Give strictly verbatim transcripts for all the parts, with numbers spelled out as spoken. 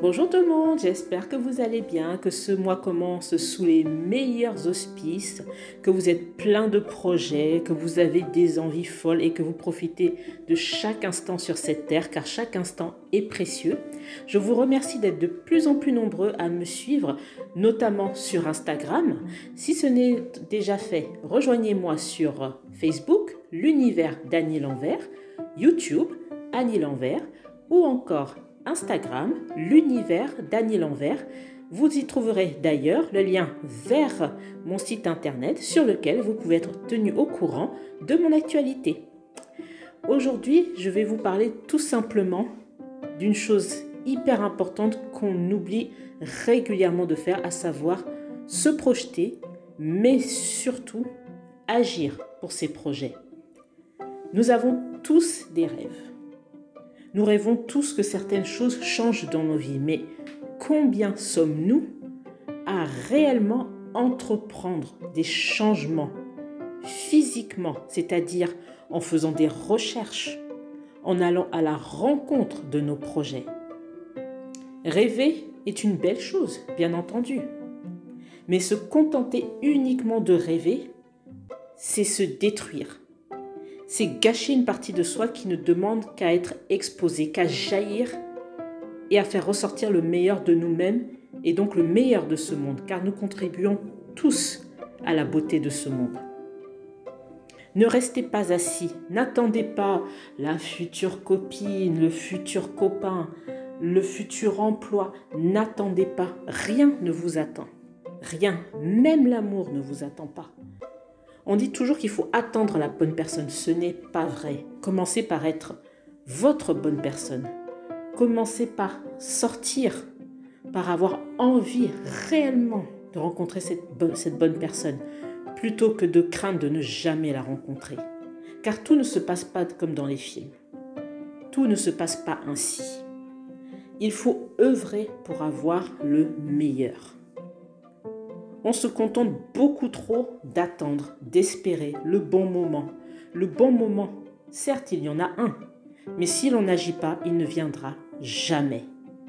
Bonjour tout le monde, j'espère que vous allez bien, que ce mois commence sous les meilleurs auspices, que vous êtes plein de projets, que vous avez des envies folles et que vous profitez de chaque instant sur cette terre car chaque instant est précieux. Je vous remercie d'être de plus en plus nombreux à me suivre, notamment sur Instagram. Si ce n'est déjà fait, rejoignez-moi sur Facebook, l'univers d'Annie L'Envers, YouTube, Annie L'Envers ou encore Instagram, l'univers d'Annie L'Envers. Vous y trouverez d'ailleurs le lien vers mon site internet sur lequel vous pouvez être tenu au courant de mon actualité. Aujourd'hui, je vais vous parler tout simplement d'une chose hyper importante qu'on oublie régulièrement de faire, à savoir se projeter, mais surtout agir pour ses projets. Nous avons tous des rêves. Nous rêvons tous que certaines choses changent dans nos vies, mais combien sommes-nous à réellement entreprendre des changements physiquement, c'est-à-dire en faisant des recherches, en allant à la rencontre de nos projets? Rêver est une belle chose, bien entendu, mais se contenter uniquement de rêver, c'est se détruire. C'est gâcher une partie de soi qui ne demande qu'à être exposée, qu'à jaillir et à faire ressortir le meilleur de nous-mêmes et donc le meilleur de ce monde, car nous contribuons tous à la beauté de ce monde. Ne restez pas assis, n'attendez pas la future copine, le futur copain, le futur emploi, n'attendez pas, rien ne vous attend. Rien, même l'amour ne vous attend pas. On dit toujours qu'il faut attendre la bonne personne. Ce n'est pas vrai. Commencez par être votre bonne personne. Commencez par sortir, par avoir envie réellement de rencontrer cette bonne, cette bonne personne, plutôt que de craindre de ne jamais la rencontrer. Car tout ne se passe pas comme dans les films. Tout ne se passe pas ainsi. Il faut œuvrer pour avoir le meilleur. On se contente beaucoup trop d'attendre, d'espérer le bon moment. Le bon moment, certes, il y en a un, mais si l'on n'agit pas, il ne viendra jamais.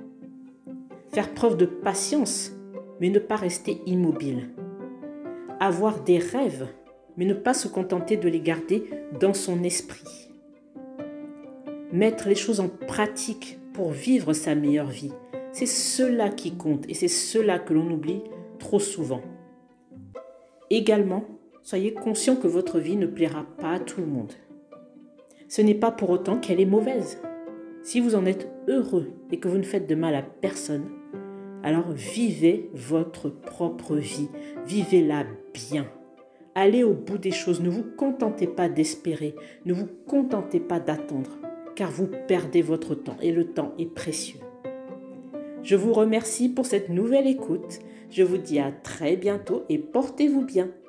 Faire preuve de patience, mais ne pas rester immobile. Avoir des rêves, mais ne pas se contenter de les garder dans son esprit. Mettre les choses en pratique pour vivre sa meilleure vie. C'est cela qui compte et c'est cela que l'on oublie trop souvent. Également, soyez conscient que votre vie ne plaira pas à tout le monde. Ce n'est pas pour autant qu'elle est mauvaise. Si vous en êtes heureux et que vous ne faites de mal à personne, alors vivez votre propre vie, vivez-la bien. Allez au bout des choses, ne vous contentez pas d'espérer, ne vous contentez pas d'attendre, car vous perdez votre temps et le temps est précieux. Je vous remercie pour cette nouvelle écoute. Je vous dis à très bientôt et portez-vous bien.